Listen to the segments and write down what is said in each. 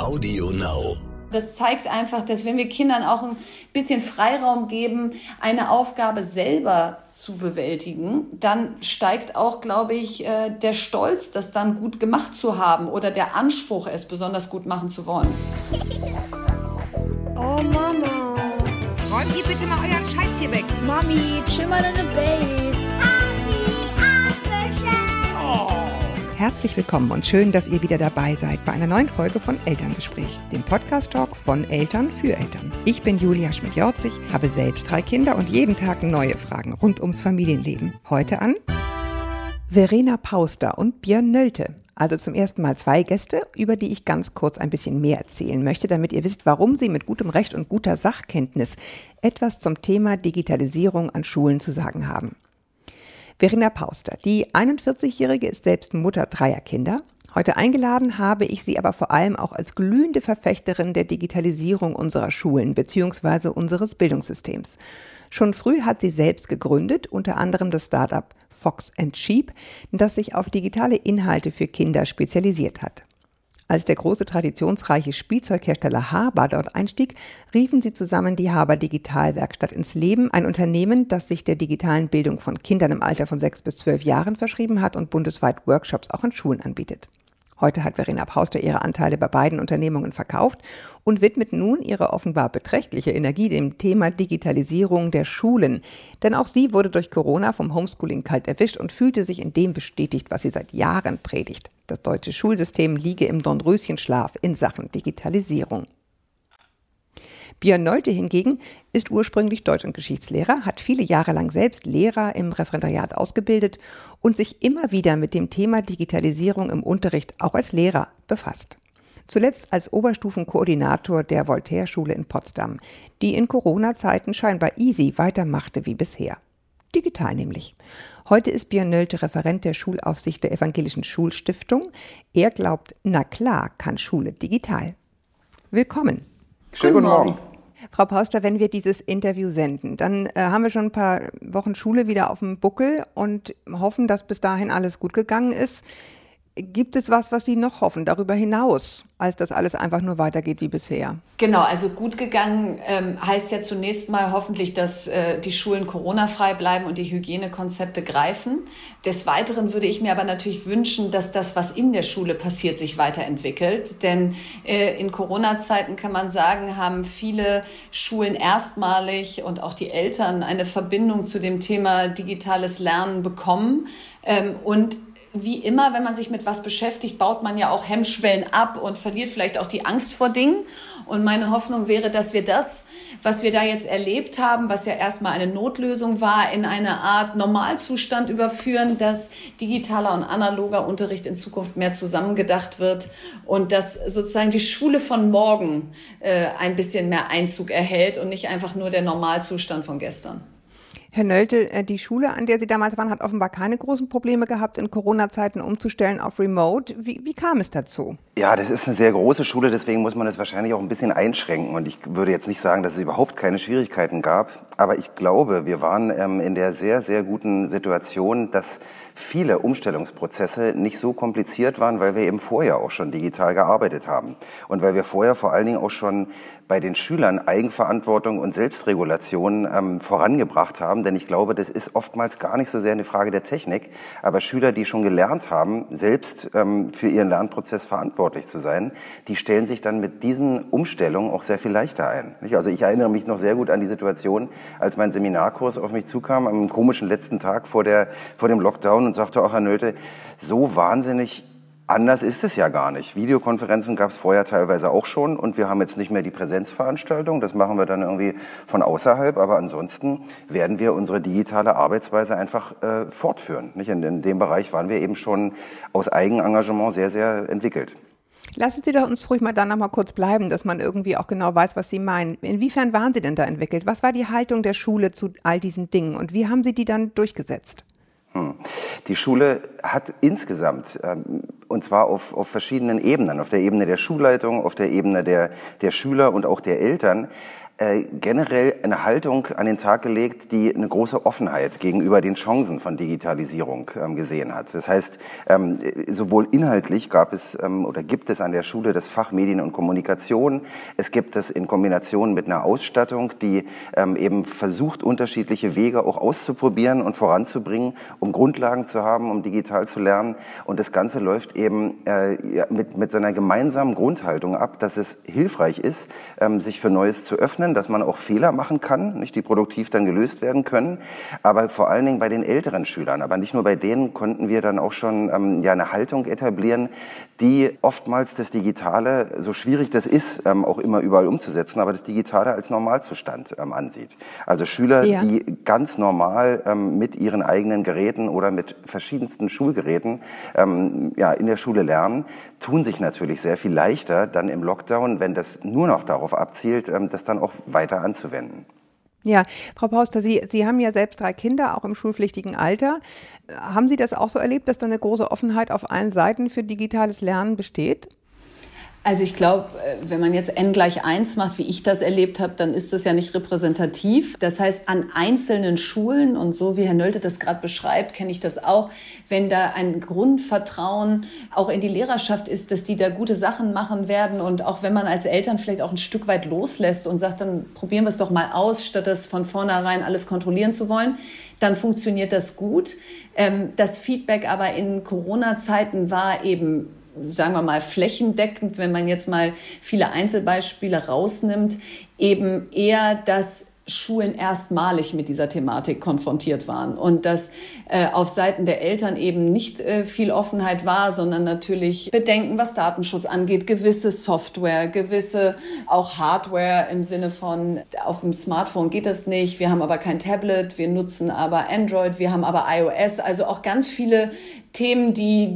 Audio Now. Das zeigt einfach, dass wenn wir Kindern auch ein bisschen Freiraum geben, eine Aufgabe selber zu bewältigen, dann steigt auch, glaube ich, der Stolz, das dann gut gemacht zu haben oder der Anspruch, es besonders gut machen zu wollen. Oh Mama. Räumt ihr bitte mal euren Scheiß hier weg. Mami, chill mal deine Base. Herzlich willkommen und schön, dass ihr wieder dabei seid bei einer neuen Folge von Elterngespräch, dem Podcast-Talk von Eltern für Eltern. Ich bin Julia Schmidt-Jorzig, habe selbst 3 Kinder und jeden Tag neue Fragen rund ums Familienleben. Heute an Verena Pauster und Björn Nölte. Also zum ersten Mal 2 Gäste, über die ich ganz kurz ein bisschen mehr erzählen möchte, damit ihr wisst, warum sie mit gutem Recht und guter Sachkenntnis etwas zum Thema Digitalisierung an Schulen zu sagen haben. Verena Pauster, die 41-Jährige, ist selbst Mutter 3 Kinder. Heute eingeladen habe ich sie aber vor allem auch als glühende Verfechterin der Digitalisierung unserer Schulen bzw. unseres Bildungssystems. Schon früh hat sie selbst gegründet, unter anderem das Start-up Fox & Sheep, das sich auf digitale Inhalte für Kinder spezialisiert hat. Als der große traditionsreiche Spielzeughersteller Haber dort einstieg, riefen sie zusammen die Haber Digitalwerkstatt ins Leben, ein Unternehmen, das sich der digitalen Bildung von Kindern im Alter von 6 bis 12 Jahren verschrieben hat und bundesweit Workshops auch an Schulen anbietet. Heute hat Verena Pauster ihre Anteile bei beiden Unternehmungen verkauft und widmet nun ihre offenbar beträchtliche Energie dem Thema Digitalisierung der Schulen. Denn auch sie wurde durch Corona vom Homeschooling kalt erwischt und fühlte sich in dem bestätigt, was sie seit Jahren predigt. Das deutsche Schulsystem liege im Dornröschenschlaf in Sachen Digitalisierung. Björn Nölte hingegen ist ursprünglich Deutsch- und Geschichtslehrer, hat viele Jahre lang selbst Lehrer im Referendariat ausgebildet und sich immer wieder mit dem Thema Digitalisierung im Unterricht auch als Lehrer befasst. Zuletzt als Oberstufenkoordinator der Voltaire-Schule in Potsdam, die in Corona-Zeiten scheinbar easy weitermachte wie bisher. Digital nämlich. Heute ist Björn Nölte Referent der Schulaufsicht der Evangelischen Schulstiftung. Er glaubt, na klar kann Schule digital. Willkommen. Schönen guten Morgen. Frau Pauster, wenn wir dieses Interview senden, dann haben wir schon ein paar Wochen Schule wieder auf dem Buckel und hoffen, dass bis dahin alles gut gegangen ist. Gibt es was Sie noch hoffen, darüber hinaus, als das alles einfach nur weitergeht wie bisher? Genau, also gut gegangen heißt ja zunächst mal hoffentlich, dass die Schulen Corona-frei bleiben und die Hygienekonzepte greifen. Des Weiteren würde ich mir aber natürlich wünschen, dass das, was in der Schule passiert, sich weiterentwickelt. Denn in Corona-Zeiten kann man sagen, haben viele Schulen erstmalig und auch die Eltern eine Verbindung zu dem Thema digitales Lernen bekommen. Und wie immer, wenn man sich mit was beschäftigt, baut man ja auch Hemmschwellen ab und verliert vielleicht auch die Angst vor Dingen. Und meine Hoffnung wäre, dass wir das, was wir da jetzt erlebt haben, was ja erstmal eine Notlösung war, in eine Art Normalzustand überführen, dass digitaler und analoger Unterricht in Zukunft mehr zusammengedacht wird und dass sozusagen die Schule von morgen ein bisschen mehr Einzug erhält und nicht einfach nur der Normalzustand von gestern. Herr Nölte, die Schule, an der Sie damals waren, hat offenbar keine großen Probleme gehabt, in Corona-Zeiten umzustellen auf Remote. Wie kam es dazu? Ja, das ist eine sehr große Schule, deswegen muss man das wahrscheinlich auch ein bisschen einschränken. Und ich würde jetzt nicht sagen, dass es überhaupt keine Schwierigkeiten gab. Aber ich glaube, wir waren in der sehr, sehr guten Situation, dass viele Umstellungsprozesse nicht so kompliziert waren, weil wir eben vorher auch schon digital gearbeitet haben. Und weil wir vorher vor allen Dingen auch schon bei den Schülern Eigenverantwortung und Selbstregulation vorangebracht haben. Denn ich glaube, das ist oftmals gar nicht so sehr eine Frage der Technik. Aber Schüler, die schon gelernt haben, selbst für ihren Lernprozess verantwortlich zu sein, die stellen sich dann mit diesen Umstellungen auch sehr viel leichter ein. Also ich erinnere mich noch sehr gut an die Situation, als mein Seminarkurs auf mich zukam, am komischen letzten Tag vor dem Lockdown und sagte, ach Herr Nölte, so wahnsinnig anders ist es ja gar nicht. Videokonferenzen gab es vorher teilweise auch schon und wir haben jetzt nicht mehr die Präsenzveranstaltung. Das machen wir dann irgendwie von außerhalb. Aber ansonsten werden wir unsere digitale Arbeitsweise einfach fortführen. In dem Bereich waren wir eben schon aus Eigenengagement sehr, sehr entwickelt. Lassen Sie doch uns ruhig mal da noch mal kurz bleiben, dass man irgendwie auch genau weiß, was Sie meinen. Inwiefern waren Sie denn da entwickelt? Was war die Haltung der Schule zu all diesen Dingen und wie haben Sie die dann durchgesetzt? Die Schule hat insgesamt, und zwar auf verschiedenen Ebenen, auf der Ebene der Schulleitung, auf der Ebene der Schüler und auch der Eltern, generell eine Haltung an den Tag gelegt, die eine große Offenheit gegenüber den Chancen von Digitalisierung gesehen hat. Das heißt, sowohl inhaltlich gibt es an der Schule das Fach Medien und Kommunikation. Es gibt es in Kombination mit einer Ausstattung, die eben versucht, unterschiedliche Wege auch auszuprobieren und voranzubringen, um Grundlagen zu haben, um digital zu lernen. Und das Ganze läuft eben mit so einer gemeinsamen Grundhaltung ab, dass es hilfreich ist, sich für Neues zu öffnen, dass man auch Fehler machen kann, nicht, die produktiv dann gelöst werden können, aber vor allen Dingen bei den älteren Schülern, aber nicht nur bei denen, konnten wir dann auch schon eine Haltung etablieren, die oftmals das Digitale, so schwierig das ist, auch immer überall umzusetzen, aber das Digitale als Normalzustand ansieht. Also Schüler, die ganz normal mit ihren eigenen Geräten oder mit verschiedensten Schulgeräten in der Schule lernen, tun sich natürlich sehr viel leichter dann im Lockdown, wenn das nur noch darauf abzielt, das dann auch weiter anzuwenden. Ja, Frau Pauster, Sie haben ja selbst 3 Kinder, auch im schulpflichtigen Alter. Haben Sie das auch so erlebt, dass da eine große Offenheit auf allen Seiten für digitales Lernen besteht? Also ich glaube, wenn man jetzt n=1 macht, wie ich das erlebt habe, dann ist das ja nicht repräsentativ. Das heißt, an einzelnen Schulen, und so wie Herr Nölte das gerade beschreibt, kenne ich das auch, wenn da ein Grundvertrauen auch in die Lehrerschaft ist, dass die da gute Sachen machen werden, und auch wenn man als Eltern vielleicht auch ein Stück weit loslässt und sagt, dann probieren wir es doch mal aus, statt das von vornherein alles kontrollieren zu wollen, dann funktioniert das gut. Das Feedback aber in Corona-Zeiten war eben, sagen wir mal, flächendeckend, wenn man jetzt mal viele Einzelbeispiele rausnimmt, eben eher, dass Schulen erstmalig mit dieser Thematik konfrontiert waren und dass auf Seiten der Eltern eben nicht viel Offenheit war, sondern natürlich Bedenken, was Datenschutz angeht, gewisse Software, gewisse auch Hardware im Sinne von, auf dem Smartphone geht das nicht, wir haben aber kein Tablet, wir nutzen aber Android, wir haben aber iOS, also auch ganz viele Themen,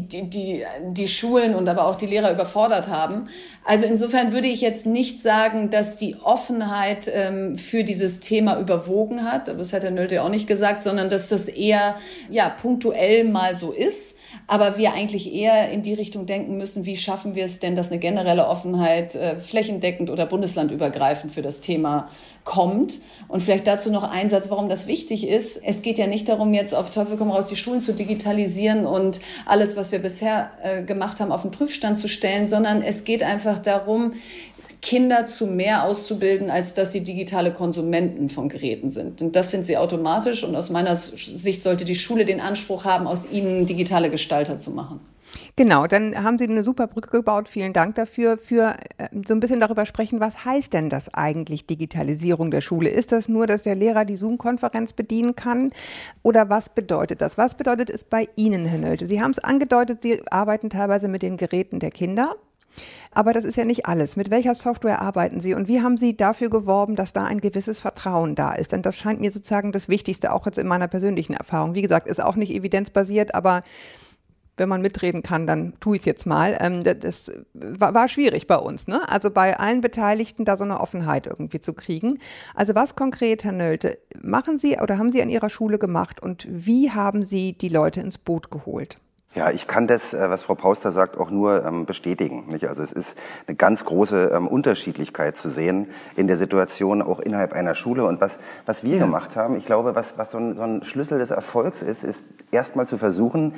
die Schulen und aber auch die Lehrer überfordert haben. Also insofern würde ich jetzt nicht sagen, dass die Offenheit für dieses Thema überwogen hat, aber das hat Herr Nölte auch nicht gesagt, sondern dass das eher punktuell mal so ist. Aber wir eigentlich eher in die Richtung denken müssen, wie schaffen wir es denn, dass eine generelle Offenheit flächendeckend oder bundeslandübergreifend für das Thema kommt. Und vielleicht dazu noch ein Satz, warum das wichtig ist. Es geht ja nicht darum, jetzt auf Teufel komm raus die Schulen zu digitalisieren und alles, was wir bisher gemacht haben, auf den Prüfstand zu stellen, sondern es geht einfach darum, Kinder zu mehr auszubilden, als dass sie digitale Konsumenten von Geräten sind. Und das sind sie automatisch. Und aus meiner Sicht sollte die Schule den Anspruch haben, aus ihnen digitale Gestalter zu machen. Genau, dann haben Sie eine super Brücke gebaut. Vielen Dank dafür. Für so ein bisschen darüber sprechen, was heißt denn das eigentlich, Digitalisierung der Schule? Ist das nur, dass der Lehrer die Zoom-Konferenz bedienen kann? Oder was bedeutet das? Was bedeutet es bei Ihnen, Herr Nölte? Sie haben es angedeutet, Sie arbeiten teilweise mit den Geräten der Kinder. Aber das ist ja nicht alles. Mit welcher Software arbeiten Sie und wie haben Sie dafür geworben, dass da ein gewisses Vertrauen da ist? Denn das scheint mir sozusagen das Wichtigste, auch jetzt in meiner persönlichen Erfahrung. Wie gesagt, ist auch nicht evidenzbasiert, aber wenn man mitreden kann, dann tue ich es jetzt mal. Das war schwierig bei uns, ne? Also bei allen Beteiligten da so eine Offenheit irgendwie zu kriegen. Also was konkret, Herr Nölte, machen Sie oder haben Sie an Ihrer Schule gemacht und wie haben Sie die Leute ins Boot geholt? Ja, ich kann das, was Frau Pauster sagt, auch nur bestätigen. Nicht? Also es ist eine ganz große Unterschiedlichkeit zu sehen in der Situation, auch innerhalb einer Schule. Und was wir gemacht haben, ich glaube, was so ein Schlüssel des Erfolgs ist erstmal zu versuchen,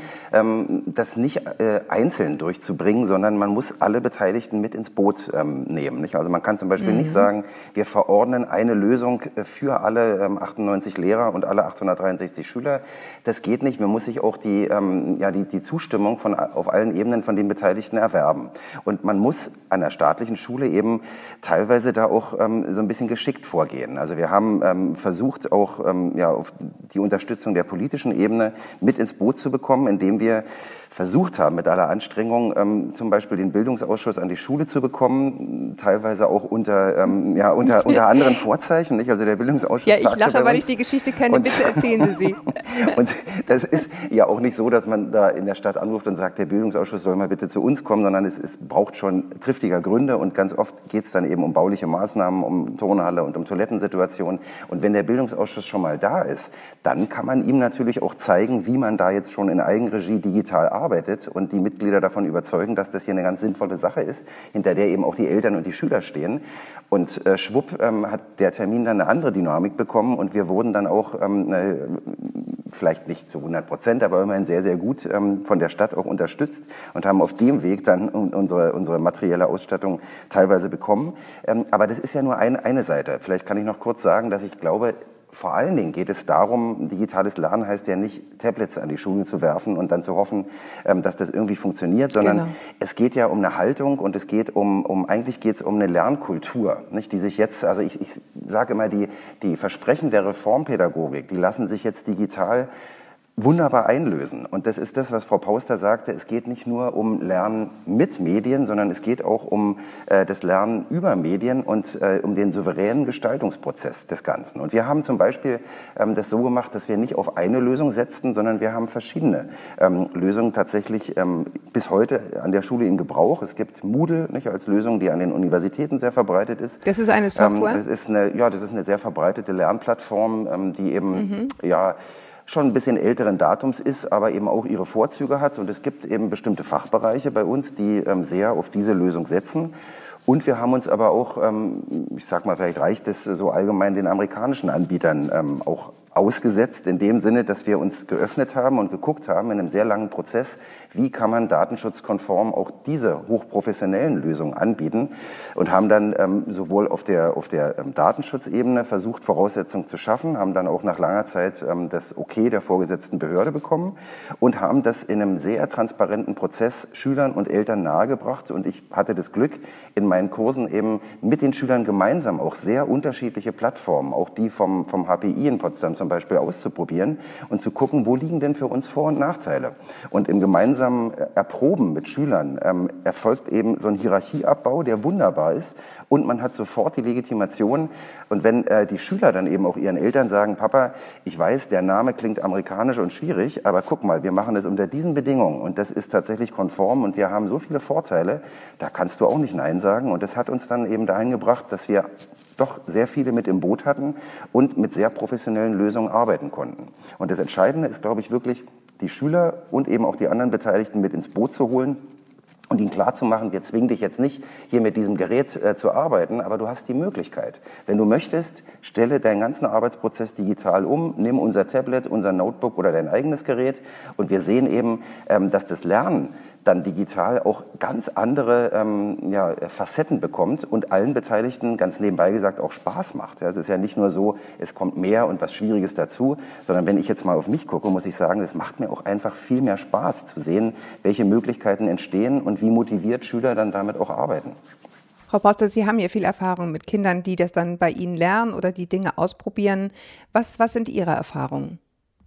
das nicht einzeln durchzubringen, sondern man muss alle Beteiligten mit ins Boot nehmen. Nicht? Also man kann zum Beispiel nicht sagen, wir verordnen eine Lösung für alle 98 Lehrer und alle 863 Schüler. Das geht nicht. Man muss sich auch die Zustimmung auf allen Ebenen von den Beteiligten erwerben. Und man muss an der staatlichen Schule eben teilweise da auch so ein bisschen geschickt vorgehen. Also wir haben versucht, auch auf die Unterstützung der politischen Ebene mit ins Boot zu bekommen, indem wir versucht haben, mit aller Anstrengung zum Beispiel den Bildungsausschuss an die Schule zu bekommen, teilweise auch unter anderen Vorzeichen. Nicht? Also der Bildungsausschuss. Ja, ich lache, weil ich die Geschichte kenne. Bitte erzählen Sie sie. Und das ist ja auch nicht so, dass man da in der der Stadt anruft und sagt, der Bildungsausschuss soll mal bitte zu uns kommen, sondern es braucht schon triftiger Gründe und ganz oft geht es dann eben um bauliche Maßnahmen, um Turnhalle und um Toilettensituationen. Und wenn der Bildungsausschuss schon mal da ist, dann kann man ihm natürlich auch zeigen, wie man da jetzt schon in Eigenregie digital arbeitet und die Mitglieder davon überzeugen, dass das hier eine ganz sinnvolle Sache ist, hinter der eben auch die Eltern und die Schüler stehen. Und schwupp hat der Termin dann eine andere Dynamik bekommen und wir wurden dann auch, vielleicht nicht zu 100%, aber immerhin sehr, sehr gut von der Stadt auch unterstützt und haben auf dem Weg dann unsere materielle Ausstattung teilweise bekommen. Aber das ist ja nur eine Seite. Vielleicht kann ich noch kurz sagen, dass ich glaube, vor allen Dingen geht es darum, digitales Lernen heißt ja nicht, Tablets an die Schulen zu werfen und dann zu hoffen, dass das irgendwie funktioniert, sondern es geht ja um eine Haltung und es geht eigentlich geht es um eine Lernkultur, nicht, die sich jetzt, also ich sage immer, die Versprechen der Reformpädagogik, die lassen sich jetzt digital wunderbar einlösen. Und das ist das, was Frau Pauster sagte, es geht nicht nur um Lernen mit Medien, sondern es geht auch um das Lernen über Medien und um den souveränen Gestaltungsprozess des Ganzen. Und wir haben zum Beispiel das so gemacht, dass wir nicht auf eine Lösung setzten, sondern wir haben verschiedene Lösungen tatsächlich bis heute an der Schule in Gebrauch. Es gibt Moodle, nicht, als Lösung, die an den Universitäten sehr verbreitet ist. Das ist eine Software? Das ist eine sehr verbreitete Lernplattform, die eben, schon ein bisschen älteren Datums ist, aber eben auch ihre Vorzüge hat. Und es gibt eben bestimmte Fachbereiche bei uns, die sehr auf diese Lösung setzen. Und wir haben uns aber auch, ich sag mal, vielleicht reicht es so allgemein den amerikanischen Anbietern auch ausgesetzt, in dem Sinne, dass wir uns geöffnet haben und geguckt haben in einem sehr langen Prozess, wie kann man datenschutzkonform auch diese hochprofessionellen Lösungen anbieten und haben dann sowohl auf der Datenschutzebene versucht, Voraussetzungen zu schaffen, haben dann auch nach langer Zeit das Okay der vorgesetzten Behörde bekommen und haben das in einem sehr transparenten Prozess Schülern und Eltern nahegebracht. Und ich hatte das Glück, in meinen Kursen eben mit den Schülern gemeinsam auch sehr unterschiedliche Plattformen, auch die vom HPI in Potsdam zum Beispiel auszuprobieren und zu gucken, wo liegen denn für uns Vor- und Nachteile. Und im gemeinsamen Erproben mit Schülern erfolgt eben so ein Hierarchieabbau, der wunderbar ist und man hat sofort die Legitimation. Und wenn die Schüler dann eben auch ihren Eltern sagen, Papa, ich weiß, der Name klingt amerikanisch und schwierig, aber guck mal, wir machen es unter diesen Bedingungen und das ist tatsächlich konform und wir haben so viele Vorteile, da kannst du auch nicht Nein sagen. Und das hat uns dann eben dahin gebracht, dass wir doch sehr viele mit im Boot hatten und mit sehr professionellen Lösungen arbeiten konnten. Und das Entscheidende ist, glaube ich, wirklich, die Schüler und eben auch die anderen Beteiligten mit ins Boot zu holen und ihnen klarzumachen, wir zwingen dich jetzt nicht, hier mit diesem Gerät zu arbeiten, aber du hast die Möglichkeit. Wenn du möchtest, stelle deinen ganzen Arbeitsprozess digital um, nimm unser Tablet, unser Notebook oder dein eigenes Gerät und wir sehen eben, dass das Lernen dann digital auch ganz andere Facetten bekommt und allen Beteiligten, ganz nebenbei gesagt, auch Spaß macht. Ja, es ist ja nicht nur so, es kommt mehr und was Schwieriges dazu, sondern wenn ich jetzt mal auf mich gucke, muss ich sagen, es macht mir auch einfach viel mehr Spaß zu sehen, welche Möglichkeiten entstehen und wie motiviert Schüler dann damit auch arbeiten. Frau Pauster, Sie haben ja viel Erfahrung mit Kindern, die das dann bei Ihnen lernen oder die Dinge ausprobieren. Was sind Ihre Erfahrungen?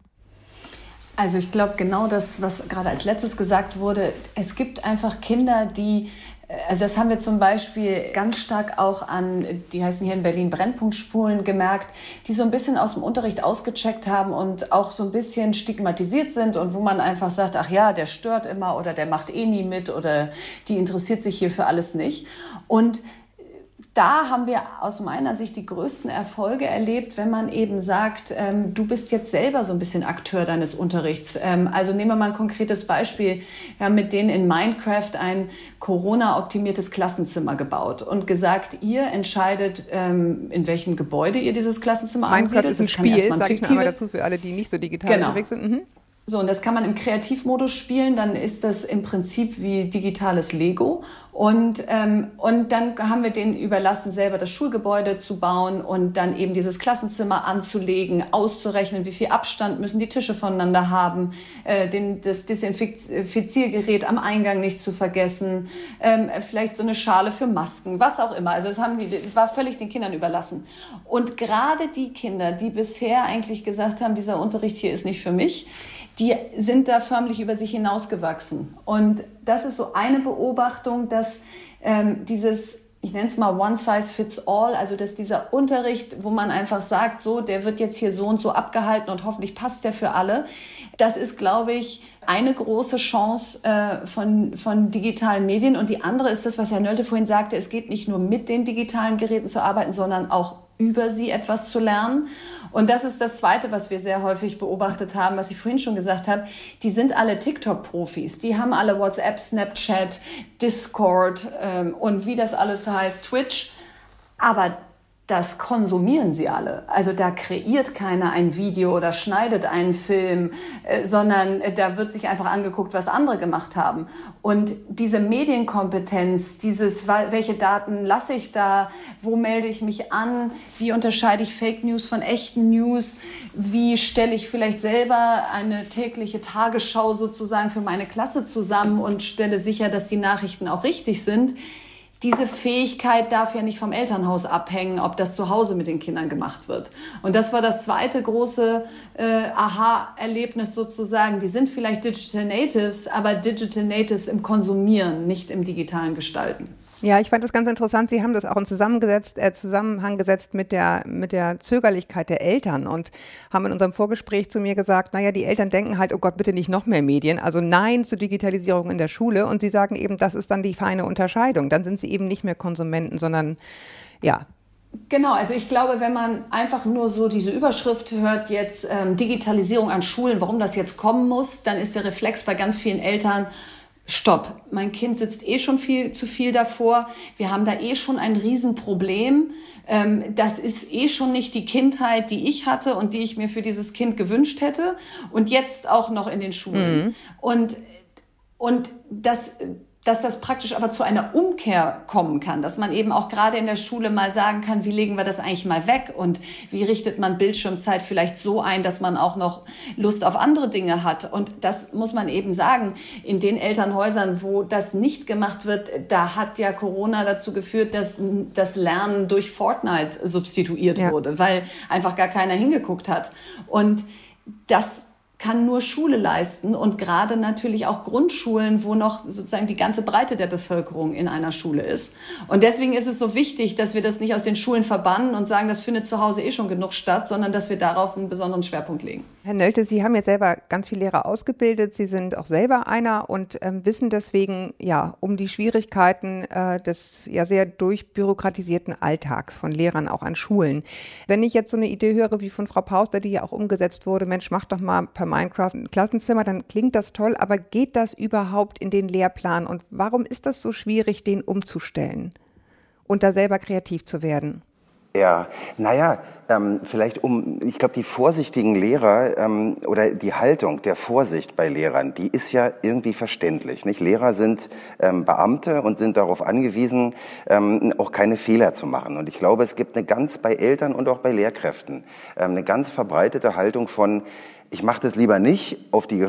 Also ich glaube genau das, was gerade als letztes gesagt wurde, es gibt einfach Kinder, die, also das haben wir zum Beispiel ganz stark auch an, die heißen hier in Berlin Brennpunktspulen gemerkt, die so ein bisschen aus dem Unterricht ausgecheckt haben und auch so ein bisschen stigmatisiert sind und wo man einfach sagt, ach ja, der stört immer oder der macht eh nie mit oder die interessiert sich hier für alles nicht. Und da haben wir aus meiner Sicht die größten Erfolge erlebt, wenn man eben sagt, du bist jetzt selber so ein bisschen Akteur deines Unterrichts. Also nehmen wir mal ein konkretes Beispiel. Wir haben mit denen in Minecraft ein Corona-optimiertes Klassenzimmer gebaut und gesagt, ihr entscheidet, in welchem Gebäude ihr dieses Klassenzimmer ansiedelt. Minecraft ist ein Spiel, sage ich mal dazu für alle, die nicht so digital unterwegs sind. Mhm. So, und das kann man im Kreativmodus spielen, dann ist das im Prinzip wie digitales Lego. Und dann haben wir denen überlassen, selber das Schulgebäude zu bauen und dann eben dieses Klassenzimmer anzulegen, auszurechnen, wie viel Abstand müssen die Tische voneinander haben, das Desinfiziergerät am Eingang nicht zu vergessen, vielleicht so eine Schale für Masken, was auch immer. Also das war völlig den Kindern überlassen. Und gerade die Kinder, die bisher eigentlich gesagt haben, dieser Unterricht hier ist nicht für mich, die sind da förmlich über sich hinausgewachsen. Und das ist so eine Beobachtung, dass dieses, ich nenne es mal one size fits all, also dass dieser Unterricht, wo man einfach sagt, so, der wird jetzt hier so und so abgehalten und hoffentlich passt der für alle, Das ist, glaube ich, eine große Chance von digitalen Medien. Und die andere ist das, was Herr Nölte vorhin sagte, es geht nicht nur mit den digitalen Geräten zu arbeiten, sondern auch über sie etwas zu lernen. Und das ist das Zweite, was wir sehr häufig beobachtet haben, was ich vorhin schon gesagt habe. Die sind alle TikTok-Profis. Die haben alle WhatsApp, Snapchat, Discord und wie das alles heißt, Twitch. Aber das konsumieren sie alle. Also da kreiert keiner ein Video oder schneidet einen Film, sondern da wird sich einfach angeguckt, was andere gemacht haben. Und diese Medienkompetenz, welche Daten lasse ich da, wo melde ich mich an, wie unterscheide ich Fake News von echten News, wie stelle ich vielleicht selber eine tägliche Tagesschau sozusagen für meine Klasse zusammen und stelle sicher, dass die Nachrichten auch richtig sind. Diese Fähigkeit darf ja nicht vom Elternhaus abhängen, ob das zu Hause mit den Kindern gemacht wird. Und das war das zweite große Aha-Erlebnis sozusagen. Die sind vielleicht Digital Natives, aber Digital Natives im Konsumieren, nicht im digitalen Gestalten. Ja, ich fand das ganz interessant. Sie haben das auch in Zusammenhang gesetzt mit der Zögerlichkeit der Eltern und haben in unserem Vorgespräch zu mir gesagt, naja, die Eltern denken halt, oh Gott, bitte nicht noch mehr Medien, also nein zur Digitalisierung in der Schule. Und sie sagen eben, das ist dann die feine Unterscheidung. Dann sind sie eben nicht mehr Konsumenten, sondern ja. Genau, also ich glaube, wenn man einfach nur so diese Überschrift hört, jetzt Digitalisierung an Schulen, warum das jetzt kommen muss, dann ist der Reflex bei ganz vielen Eltern, stopp, mein Kind sitzt schon viel zu viel davor. Wir haben da schon ein Riesenproblem. Das ist schon nicht die Kindheit, die ich hatte und die ich mir für dieses Kind gewünscht hätte. Und jetzt auch noch in den Schulen. Und dass das praktisch aber zu einer Umkehr kommen kann, dass man eben auch gerade in der Schule mal sagen kann, wie legen wir das eigentlich mal weg und wie richtet man Bildschirmzeit vielleicht so ein, dass man auch noch Lust auf andere Dinge hat. Und das muss man eben sagen, in den Elternhäusern, wo das nicht gemacht wird, da hat ja Corona dazu geführt, dass das Lernen durch Fortnite substituiert wurde, weil einfach gar keiner hingeguckt hat. Und das kann nur Schule leisten und gerade natürlich auch Grundschulen, wo noch sozusagen die ganze Breite der Bevölkerung in einer Schule ist. Und deswegen ist es so wichtig, dass wir das nicht aus den Schulen verbannen und sagen, das findet zu Hause schon genug statt, sondern dass wir darauf einen besonderen Schwerpunkt legen. Herr Nölte, Sie haben ja selber ganz viele Lehrer ausgebildet. Sie sind auch selber einer und wissen deswegen um die Schwierigkeiten des ja sehr durchbürokratisierten Alltags von Lehrern auch an Schulen. Wenn ich jetzt so eine Idee höre wie von Frau Pauster, die ja auch umgesetzt wurde, Mensch, mach doch mal per Minecraft ein Klassenzimmer, dann klingt das toll, aber geht das überhaupt in den Lehrplan und warum ist das so schwierig, den umzustellen und da selber kreativ zu werden? Ja, vielleicht ich glaube, die vorsichtigen Lehrer oder die Haltung der Vorsicht bei Lehrern, die ist ja irgendwie verständlich, nicht? Lehrer sind Beamte und sind darauf angewiesen, auch keine Fehler zu machen. Und ich glaube, es gibt bei Eltern und auch bei Lehrkräften eine ganz verbreitete Haltung von, ich mache das lieber nicht,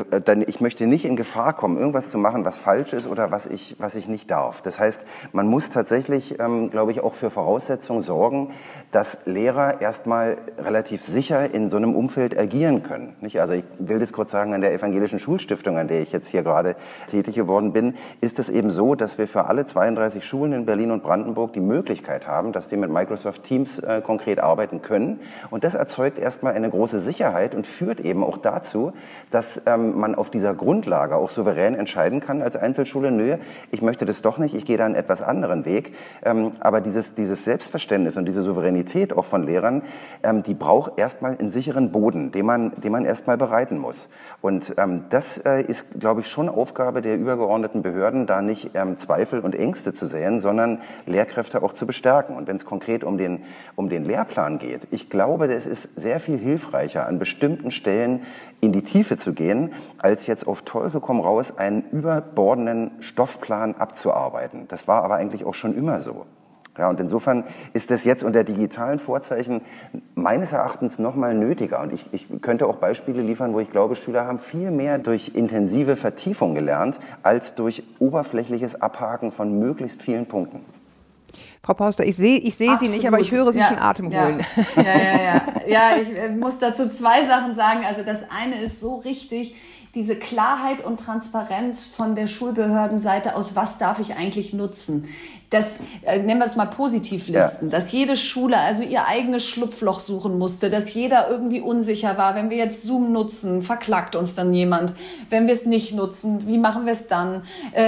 ich möchte nicht in Gefahr kommen, irgendwas zu machen, was falsch ist oder was ich nicht darf. Das heißt, man muss tatsächlich, glaube ich, auch für Voraussetzungen sorgen, dass Lehrer erstmal relativ sicher in so einem Umfeld agieren können. Nicht? Also ich will das kurz sagen, an der Evangelischen Schulstiftung, an der ich jetzt hier gerade tätig geworden bin, ist es eben so, dass wir für alle 32 Schulen in Berlin und Brandenburg die Möglichkeit haben, dass die mit Microsoft Teams konkret arbeiten können. Und das erzeugt erstmal eine große Sicherheit und führt eben auch dazu, dass man auf dieser Grundlage auch souverän entscheiden kann als Einzelschule, nö, ich möchte das doch nicht, ich gehe da einen etwas anderen Weg. Aber dieses Selbstverständnis und diese Souveränität auch von Lehrern, die braucht erstmal einen sicheren Boden, den man erstmal bereiten muss. Und das ist, glaube ich, schon Aufgabe der übergeordneten Behörden, da nicht Zweifel und Ängste zu säen, sondern Lehrkräfte auch zu bestärken. Und wenn es konkret um den Lehrplan geht, ich glaube, es ist sehr viel hilfreicher, an bestimmten Stellen in die Tiefe zu gehen, als jetzt auf Teufel komm raus einen überbordenden Stoffplan abzuarbeiten. Das war aber eigentlich auch schon immer so. Ja, und insofern ist das jetzt unter digitalen Vorzeichen meines Erachtens noch mal nötiger. Und ich könnte auch Beispiele liefern, wo ich glaube, Schüler haben viel mehr durch intensive Vertiefung gelernt, als durch oberflächliches Abhaken von möglichst vielen Punkten. Frau Pauster, ich sehe Sie nicht, aber ich höre Sie schon Atem holen. Ja, ich muss dazu zwei Sachen sagen. Also das eine ist so richtig, diese Klarheit und Transparenz von der Schulbehördenseite aus, was darf ich eigentlich nutzen? Das, nennen wir es mal Positivlisten, dass jede Schule also ihr eigenes Schlupfloch suchen musste, dass jeder irgendwie unsicher war. Wenn wir jetzt Zoom nutzen, verklagt uns dann jemand. Wenn wir es nicht nutzen, wie machen wir es dann?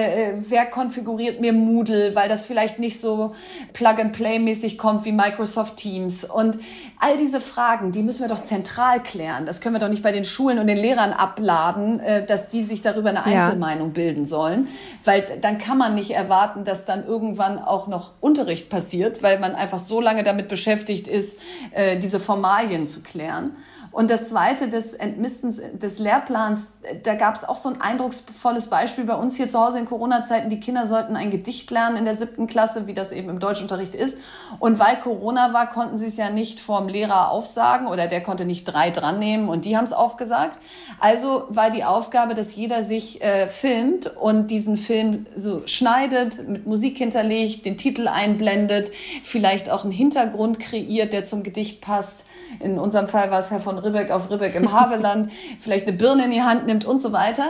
Wer konfiguriert mir Moodle, weil das vielleicht nicht so Plug-and-Play-mäßig kommt wie Microsoft Teams? Und all diese Fragen, die müssen wir doch zentral klären. Das können wir doch nicht bei den Schulen und den Lehrern abladen, dass die sich darüber eine Einzelmeinung bilden sollen. Weil dann kann man nicht erwarten, dass dann irgendwann auch noch Unterricht passiert, weil man einfach so lange damit beschäftigt ist, diese Formalien zu klären. Und das Zweite, des Entmistens des Lehrplans, da gab es auch so ein eindrucksvolles Beispiel bei uns hier zu Hause in Corona-Zeiten. Die Kinder sollten ein Gedicht lernen in der 7. Klasse, wie das eben im Deutschunterricht ist. Und weil Corona war, konnten sie es ja nicht vorm Lehrer aufsagen oder der konnte nicht 3 dran nehmen und die haben es aufgesagt. Also war die Aufgabe, dass jeder sich filmt und diesen Film so schneidet, mit Musik hinterlegt, den Titel einblendet, vielleicht auch einen Hintergrund kreiert, der zum Gedicht passt. In unserem Fall war es Herr von Ribbeck auf Ribbeck im Havelland, vielleicht eine Birne in die Hand nimmt und so weiter.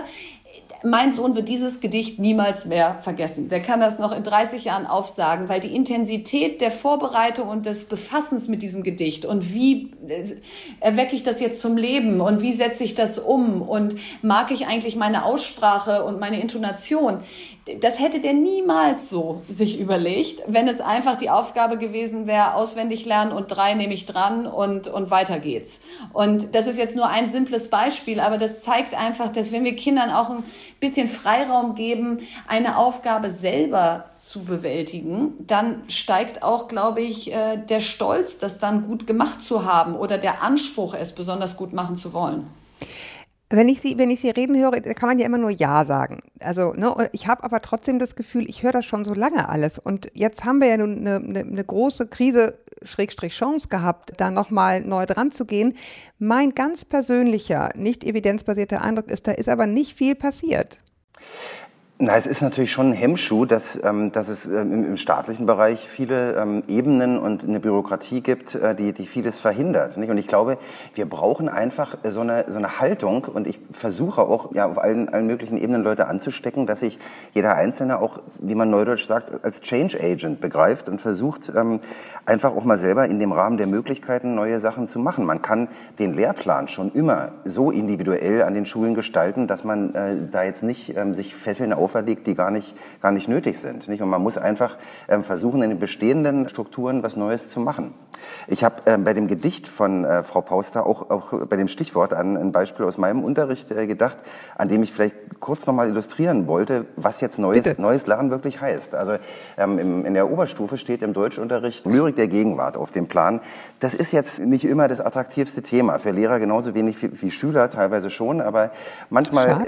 Mein Sohn wird dieses Gedicht niemals mehr vergessen. Der kann das noch in 30 Jahren aufsagen, weil die Intensität der Vorbereitung und des Befassens mit diesem Gedicht und wie erwecke ich das jetzt zum Leben und wie setze ich das um und mag ich eigentlich meine Aussprache und meine Intonation, das hätte der niemals so sich überlegt, wenn es einfach die Aufgabe gewesen wäre, auswendig lernen und 3 nehme ich dran und weiter geht's. Und das ist jetzt nur ein simples Beispiel, aber das zeigt einfach, dass wenn wir Kindern auch ein bisschen Freiraum geben, eine Aufgabe selber zu bewältigen, dann steigt auch, glaube ich, der Stolz, das dann gut gemacht zu haben oder der Anspruch, es besonders gut machen zu wollen. Wenn ich Sie reden höre, da kann man ja immer nur Ja sagen. Also, ne, ich habe aber trotzdem das Gefühl, ich höre das schon so lange alles. Und jetzt haben wir ja nun eine große Krise, Chance gehabt, da nochmal neu dran zu gehen. Mein ganz persönlicher, nicht evidenzbasierter Eindruck ist, da ist aber nicht viel passiert. Na, es ist natürlich schon ein Hemmschuh, dass es im staatlichen Bereich viele Ebenen und eine Bürokratie gibt, die vieles verhindert. Nicht? Und ich glaube, wir brauchen einfach so eine Haltung. Und ich versuche auch auf allen möglichen Ebenen Leute anzustecken, dass sich jeder Einzelne auch, wie man neudeutsch sagt, als Change Agent begreift und versucht, einfach auch mal selber in dem Rahmen der Möglichkeiten neue Sachen zu machen. Man kann den Lehrplan schon immer so individuell an den Schulen gestalten, dass man da jetzt nicht sich Fesseln auferlegt, die gar nicht nötig sind. Nicht? Und man muss einfach versuchen, in den bestehenden Strukturen was Neues zu machen. Ich habe bei dem Gedicht von Frau Pauster auch bei dem Stichwort an ein Beispiel aus meinem Unterricht gedacht, an dem ich vielleicht kurz nochmal illustrieren wollte, was jetzt neues Lernen wirklich heißt. Also in der Oberstufe steht im Deutschunterricht Lyrik der Gegenwart auf dem Plan. Das ist jetzt nicht immer das attraktivste Thema. Für Lehrer genauso wenig wie Schüler, teilweise schon. Aber manchmal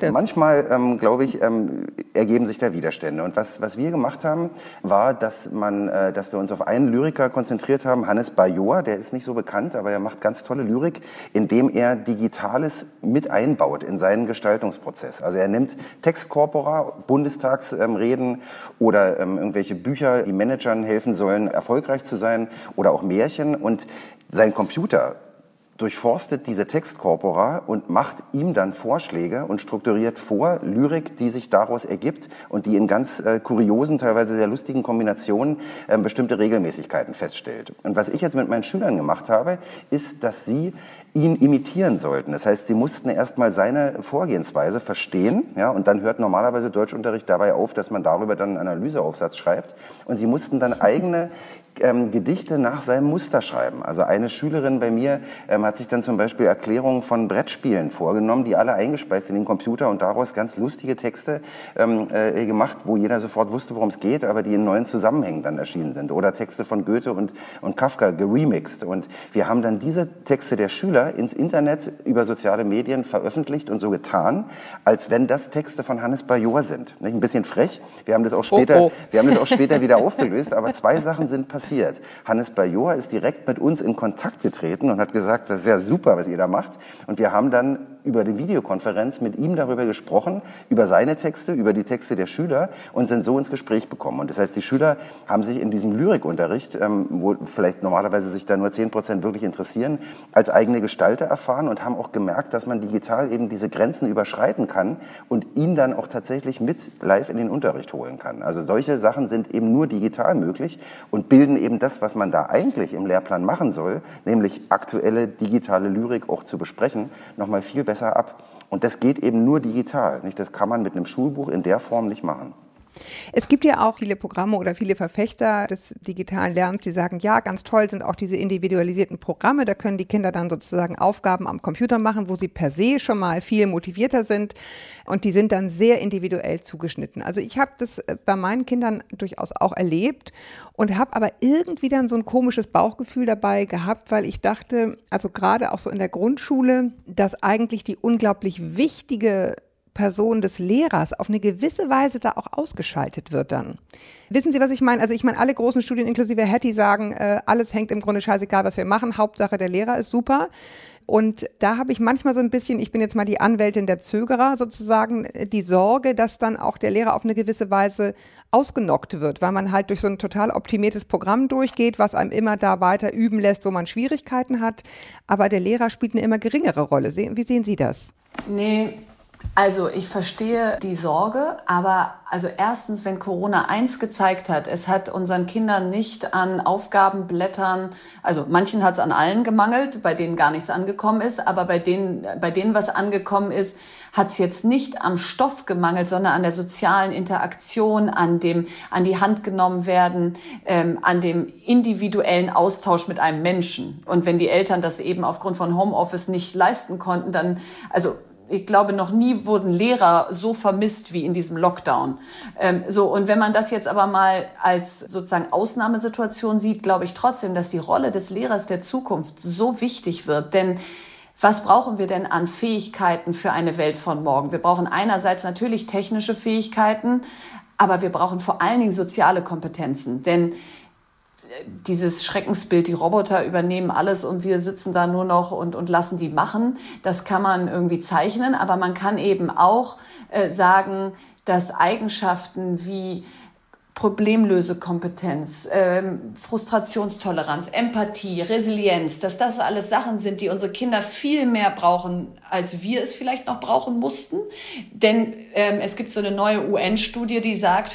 glaube ich, ergeben sich da Widerstände. Und was wir gemacht haben, war, dass wir uns auf einen Lyriker konzentriert haben, Hannes Bajor, der ist nicht so bekannt, aber er macht ganz tolle Lyrik, indem er Digitales mit einbaut in seinen Gestaltungsprozess. Also er nimmt Textkorpora, Bundestagsreden oder irgendwelche Bücher, die Managern helfen sollen, erfolgreich zu sein, oder auch Märchen, und sein Computer durchforstet diese Textkorpora und macht ihm dann Vorschläge und strukturiert vor Lyrik, die sich daraus ergibt und die in ganz kuriosen, teilweise sehr lustigen Kombinationen bestimmte Regelmäßigkeiten feststellt. Und was ich jetzt mit meinen Schülern gemacht habe, ist, dass sie ihn imitieren sollten. Das heißt, sie mussten erstmal seine Vorgehensweise verstehen, ja, und dann hört normalerweise Deutschunterricht dabei auf, dass man darüber dann einen Analyseaufsatz schreibt, und sie mussten dann eigene Gedichte nach seinem Muster schreiben. Also eine Schülerin bei mir hat sich dann zum Beispiel Erklärungen von Brettspielen vorgenommen, die alle eingespeist in den Computer, und daraus ganz lustige Texte gemacht, wo jeder sofort wusste, worum es geht, aber die in neuen Zusammenhängen dann erschienen sind. Oder Texte von Goethe und Kafka geremixed. Und wir haben dann diese Texte der Schüler ins Internet über soziale Medien veröffentlicht und so getan, als wenn das Texte von Hannes Bajor sind. Ein bisschen frech. Wir haben das auch später wieder aufgelöst, aber 2 Sachen sind passiert. Hannes Bajor ist direkt mit uns in Kontakt getreten und hat gesagt, das ist ja super, was ihr da macht. Und wir haben dann über die Videokonferenz mit ihm darüber gesprochen, über seine Texte, über die Texte der Schüler und sind so ins Gespräch bekommen. Und das heißt, die Schüler haben sich in diesem Lyrikunterricht, wo vielleicht normalerweise sich da nur 10% wirklich interessieren, als eigene Gestalter erfahren und haben auch gemerkt, dass man digital eben diese Grenzen überschreiten kann und ihn dann auch tatsächlich mit live in den Unterricht holen kann. Also solche Sachen sind eben nur digital möglich und bilden eben das, was man da eigentlich im Lehrplan machen soll, nämlich aktuelle digitale Lyrik auch zu besprechen, nochmal viel besser ab. Und das geht eben nur digital. Nicht? Das kann man mit einem Schulbuch in der Form nicht machen. Es gibt ja auch viele Programme oder viele Verfechter des digitalen Lernens, die sagen, ja, ganz toll sind auch diese individualisierten Programme. Da können die Kinder dann sozusagen Aufgaben am Computer machen, wo sie per se schon mal viel motivierter sind. Und die sind dann sehr individuell zugeschnitten. Also ich habe das bei meinen Kindern durchaus auch erlebt und habe aber irgendwie dann so ein komisches Bauchgefühl dabei gehabt, weil ich dachte, also gerade auch so in der Grundschule, dass eigentlich die unglaublich wichtige Person des Lehrers auf eine gewisse Weise da auch ausgeschaltet wird dann. Wissen Sie, was ich meine? Also ich meine, alle großen Studien inklusive Hattie sagen, alles hängt im Grunde scheißegal, was wir machen. Hauptsache, der Lehrer ist super. Und da habe ich manchmal so ein bisschen, ich bin jetzt mal die Anwältin der Zögerer sozusagen, die Sorge, dass dann auch der Lehrer auf eine gewisse Weise ausgenockt wird, weil man halt durch so ein total optimiertes Programm durchgeht, was einem immer da weiter üben lässt, wo man Schwierigkeiten hat. Aber der Lehrer spielt eine immer geringere Rolle. Wie sehen Sie das? Nee. Also ich verstehe die Sorge, aber also erstens, wenn Corona eins gezeigt hat, es hat unseren Kindern nicht an Aufgabenblättern, also manchen hat es an allen gemangelt, bei denen gar nichts angekommen ist, aber bei denen was angekommen ist, hat es jetzt nicht am Stoff gemangelt, sondern an der sozialen Interaktion, an die Hand genommen werden, an dem individuellen Austausch mit einem Menschen. Und wenn die Eltern das eben aufgrund von Homeoffice nicht leisten konnten, dann, also ich glaube, noch nie wurden Lehrer so vermisst wie in diesem Lockdown. Und wenn man das jetzt aber mal als sozusagen Ausnahmesituation sieht, glaube ich trotzdem, dass die Rolle des Lehrers der Zukunft so wichtig wird. Denn was brauchen wir denn an Fähigkeiten für eine Welt von morgen? Wir brauchen einerseits natürlich technische Fähigkeiten, aber wir brauchen vor allen Dingen soziale Kompetenzen. Denn dieses Schreckensbild, die Roboter übernehmen alles und wir sitzen da nur noch und lassen die machen, das kann man irgendwie zeichnen, aber man kann eben auch sagen, dass Eigenschaften wie Problemlösekompetenz, Frustrationstoleranz, Empathie, Resilienz, dass das alles Sachen sind, die unsere Kinder viel mehr brauchen, als wir es vielleicht noch brauchen mussten. Denn es gibt so eine neue UN-Studie, die sagt,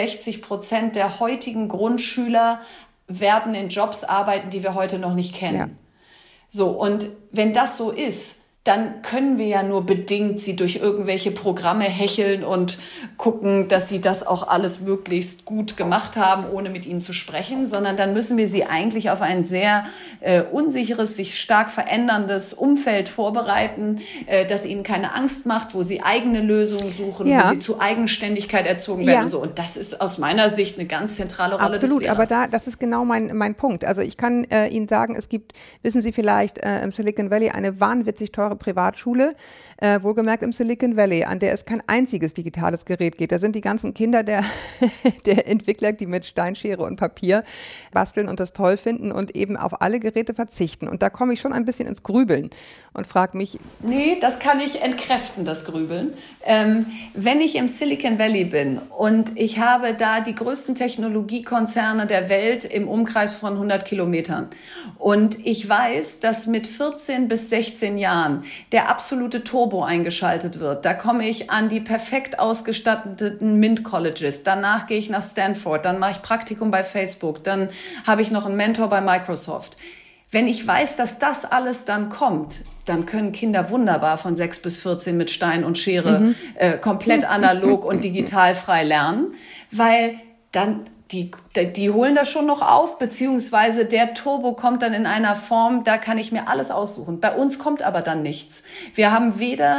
65% der heutigen Grundschüler werden in Jobs arbeiten, die wir heute noch nicht kennen. Ja. So, und wenn das so ist, dann können wir ja nur bedingt sie durch irgendwelche Programme hecheln und gucken, dass sie das auch alles möglichst gut gemacht haben, ohne mit ihnen zu sprechen, sondern dann müssen wir sie eigentlich auf ein sehr unsicheres, sich stark veränderndes Umfeld vorbereiten, das ihnen keine Angst macht, wo sie eigene Lösungen suchen, ja, wo sie zu Eigenständigkeit erzogen werden, ja, und so. Und das ist aus meiner Sicht eine ganz zentrale Rolle des Lehrers. Absolut, aber das ist genau mein Punkt. Also ich kann Ihnen sagen, es gibt, wissen Sie vielleicht, im Silicon Valley eine wahnwitzig teure Privatschule, wohlgemerkt im Silicon Valley, an der es kein einziges digitales Gerät geht. Da sind die ganzen Kinder der Entwickler, die mit Steinschere und Papier basteln und das toll finden und eben auf alle Geräte verzichten. Und da komme ich schon ein bisschen ins Grübeln und frage mich... Nee, das kann ich entkräften, das Grübeln. Wenn ich im Silicon Valley bin und ich habe da die größten Technologiekonzerne der Welt im Umkreis von 100 Kilometern und ich weiß, dass mit 14 bis 16 Jahren der absolute Turbo eingeschaltet wird. Da komme ich an die perfekt ausgestatteten MINT-Colleges. Danach gehe ich nach Stanford. Dann mache ich Praktikum bei Facebook. Dann habe ich noch einen Mentor bei Microsoft. Wenn ich weiß, dass das alles dann kommt, dann können Kinder wunderbar von 6 bis 14 mit Stein und Schere komplett analog und digital frei lernen, weil dann die holen das schon noch auf, beziehungsweise der Turbo kommt dann in einer Form, da kann ich mir alles aussuchen. Bei uns kommt aber dann nichts. Wir haben weder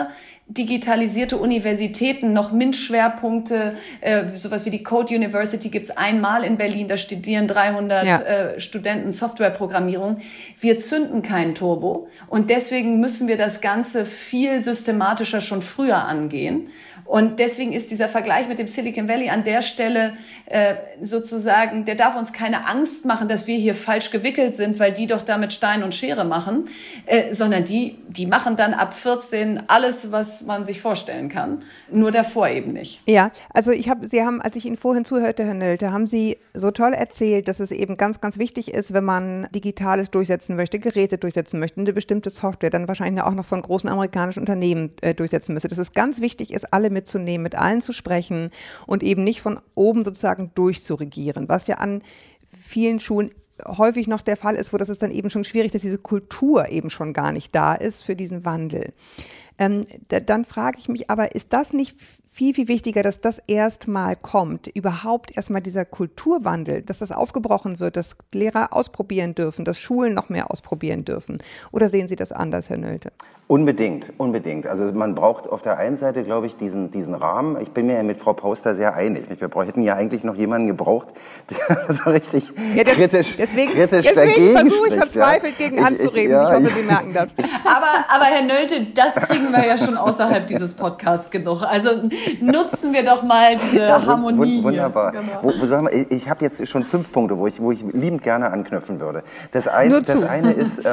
digitalisierte Universitäten, noch MINT-Schwerpunkte, sowas wie die Code University gibt's einmal in Berlin, da studieren 300 Studenten Softwareprogrammierung. Wir zünden keinen Turbo und deswegen müssen wir das Ganze viel systematischer schon früher angehen. Und deswegen ist dieser Vergleich mit dem Silicon Valley an der Stelle sozusagen, der darf uns keine Angst machen, dass wir hier falsch gewickelt sind, weil die doch damit Stein und Schere machen, sondern die machen dann ab 14 alles, was man sich vorstellen kann, nur davor eben nicht. Ja, also Sie haben, als ich Ihnen vorhin zuhörte, Herr Nölte, haben Sie so toll erzählt, dass es eben ganz, ganz wichtig ist, wenn man Digitales durchsetzen möchte, Geräte durchsetzen möchte, eine bestimmte Software, dann wahrscheinlich auch noch von großen amerikanischen Unternehmen durchsetzen müsste, dass es ganz wichtig ist, alle mitzunehmen, mit allen zu sprechen und eben nicht von oben sozusagen durchzuregieren, was ja an vielen Schulen häufig noch der Fall ist, wo das ist dann eben schon schwierig, dass diese Kultur eben schon gar nicht da ist für diesen Wandel. Dann frage ich mich aber, ist das nicht viel, viel wichtiger, dass das erstmal kommt, überhaupt erstmal dieser Kulturwandel, dass das aufgebrochen wird, dass Lehrer ausprobieren dürfen, dass Schulen noch mehr ausprobieren dürfen? Oder sehen Sie das anders, Herr Nölte? Unbedingt. Also man braucht auf der einen Seite, glaube ich, diesen Rahmen. Ich bin mir ja mit Frau Pauster sehr einig. Wir hätten ja eigentlich noch jemanden gebraucht, der so richtig kritisch deswegen versuche ich verzweifelt gegen anzureden. Ich hoffe, Sie merken das. Aber Herr Nölte, das kriegen wir ja schon außerhalb dieses Podcasts genug. Also nutzen wir doch mal diese Harmonie. Wunderbar. Genau. Ich habe jetzt schon 5 Punkte, wo ich liebend gerne anknüpfen würde. Das eine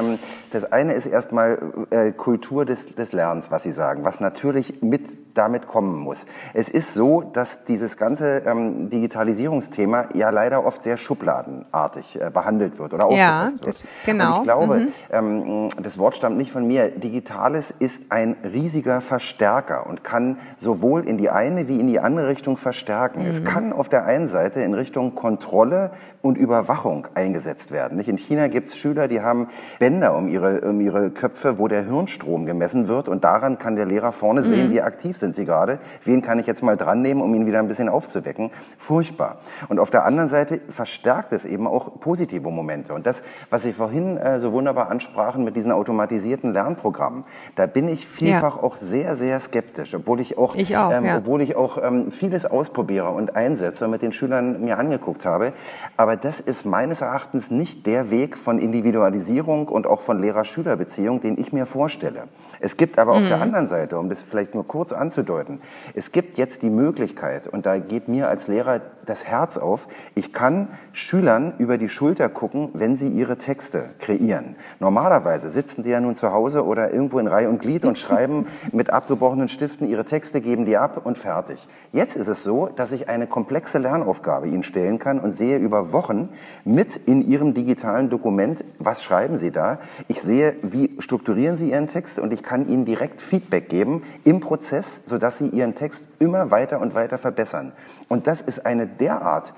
ist erstmal Kultur des Lernens, was Sie sagen, was natürlich damit kommen muss. Es ist so, dass dieses ganze Digitalisierungsthema ja leider oft sehr schubladenartig behandelt wird oder aufgefasst wird. Genau. Und ich glaube, das Wort stammt nicht von mir, Digitales ist ein riesiger Verstärker und kann sowohl in die eine wie in die andere Richtung verstärken. Es kann auf der einen Seite in Richtung Kontrolle und Überwachung eingesetzt werden. In China gibt es Schüler, die haben Bänder um ihre Köpfe, wo der Hirnstrom gemessen wird und daran kann der Lehrer vorne sehen, wie aktiv sind sie gerade, wen kann ich jetzt mal dran nehmen, um ihn wieder ein bisschen aufzuwecken. Furchtbar. Und auf der anderen Seite verstärkt es eben auch positive Momente. Und das, was Sie vorhin so wunderbar ansprachen mit diesen automatisierten Lernprogrammen, da bin ich vielfach auch sehr, sehr skeptisch, obwohl ich auch vieles ausprobiere und einsetze und mit den Schülern mir angeguckt habe. Aber das ist meines Erachtens nicht der Weg von Individualisierung und auch von Lehrer-Schüler-Beziehung, den ich mir vorstelle. Es gibt aber auf der anderen Seite, um das vielleicht nur kurz anzudeuten, es gibt jetzt die Möglichkeit, und da geht mir als Lehrer das Herz auf, ich kann Schülern über die Schulter gucken, wenn sie ihre Texte kreieren. Normalerweise sitzen die ja nun zu Hause oder irgendwo in Reihe und Glied und schreiben mit abgebrochenen Stiften ihre Texte, geben die ab und fertig. Jetzt ist es so, dass ich eine komplexe Lernaufgabe ihnen stellen kann und sehe über Wochen mit in ihrem digitalen Dokument, was schreiben sie da. Ich sehe, wie strukturieren sie ihren Text und ich kann ihnen direkt Feedback geben im Prozess, sodass sie ihren Text immer weiter und weiter verbessern. Und das ist eine derart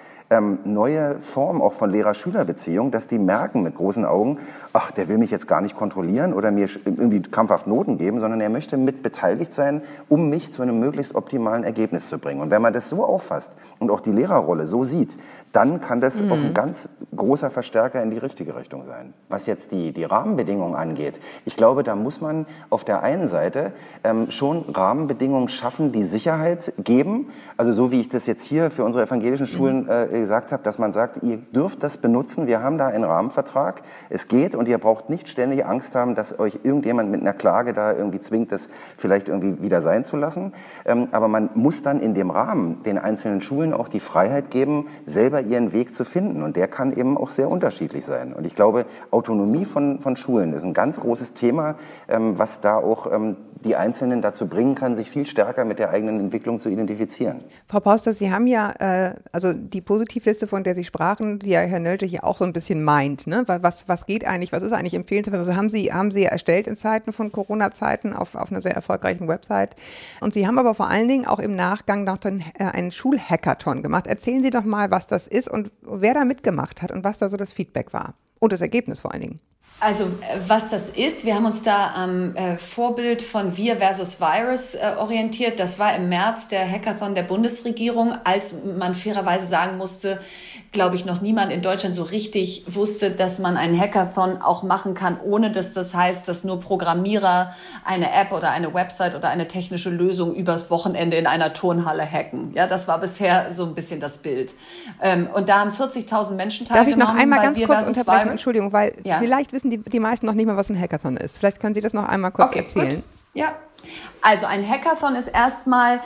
neue Form auch von Lehrer-Schüler-Beziehung, dass die merken mit großen Augen, ach, der will mich jetzt gar nicht kontrollieren oder mir irgendwie krampfhaft Noten geben, sondern er möchte mit beteiligt sein, um mich zu einem möglichst optimalen Ergebnis zu bringen. Und wenn man das so auffasst und auch die Lehrerrolle so sieht, dann kann das auch ein ganz großer Verstärker in die richtige Richtung sein. Was jetzt die Rahmenbedingungen angeht, ich glaube, da muss man auf der einen Seite schon Rahmenbedingungen schaffen, die Sicherheit geben. Also so wie ich das jetzt hier für unsere evangelischen Schulen gesagt habe, dass man sagt, ihr dürft das benutzen, wir haben da einen Rahmenvertrag, es geht und ihr braucht nicht ständig Angst haben, dass euch irgendjemand mit einer Klage da irgendwie zwingt, das vielleicht irgendwie wieder sein zu lassen. Aber man muss dann in dem Rahmen den einzelnen Schulen auch die Freiheit geben, selber ihren Weg zu finden. Und der kann eben auch sehr unterschiedlich sein. Und ich glaube, Autonomie von Schulen ist ein ganz großes Thema, was da auch die Einzelnen dazu bringen kann, sich viel stärker mit der eigenen Entwicklung zu identifizieren. Frau Pauster, Sie haben ja also die Positivliste, von der Sie sprachen, die ja Herr Nölte hier auch so ein bisschen meint. Ne? Was geht eigentlich, was ist eigentlich empfehlenswert? Also haben Sie erstellt in Zeiten von Corona-Zeiten auf einer sehr erfolgreichen Website. Und Sie haben aber vor allen Dingen auch im Nachgang noch einen Schulhackathon gemacht. Erzählen Sie doch mal, was das ist und wer da mitgemacht hat und was da so das Feedback war. Und das Ergebnis vor allen Dingen. Also was das ist, wir haben uns da am Vorbild von Wir versus Virus orientiert. Das war im März der Hackathon der Bundesregierung, als man fairerweise sagen musste, glaube ich, noch niemand in Deutschland so richtig wusste, dass man einen Hackathon auch machen kann, ohne dass das heißt, dass nur Programmierer eine App oder eine Website oder eine technische Lösung übers Wochenende in einer Turnhalle hacken. Ja, das war bisher so ein bisschen das Bild. Und da haben 40.000 Menschen teilgenommen. Darf ich noch einmal ganz kurz unterbrechen? Entschuldigung, weil vielleicht wissen die meisten noch nicht mal, was ein Hackathon ist. Vielleicht können Sie das noch einmal kurz erzählen. Gut. Ja, also ein Hackathon ist erstmal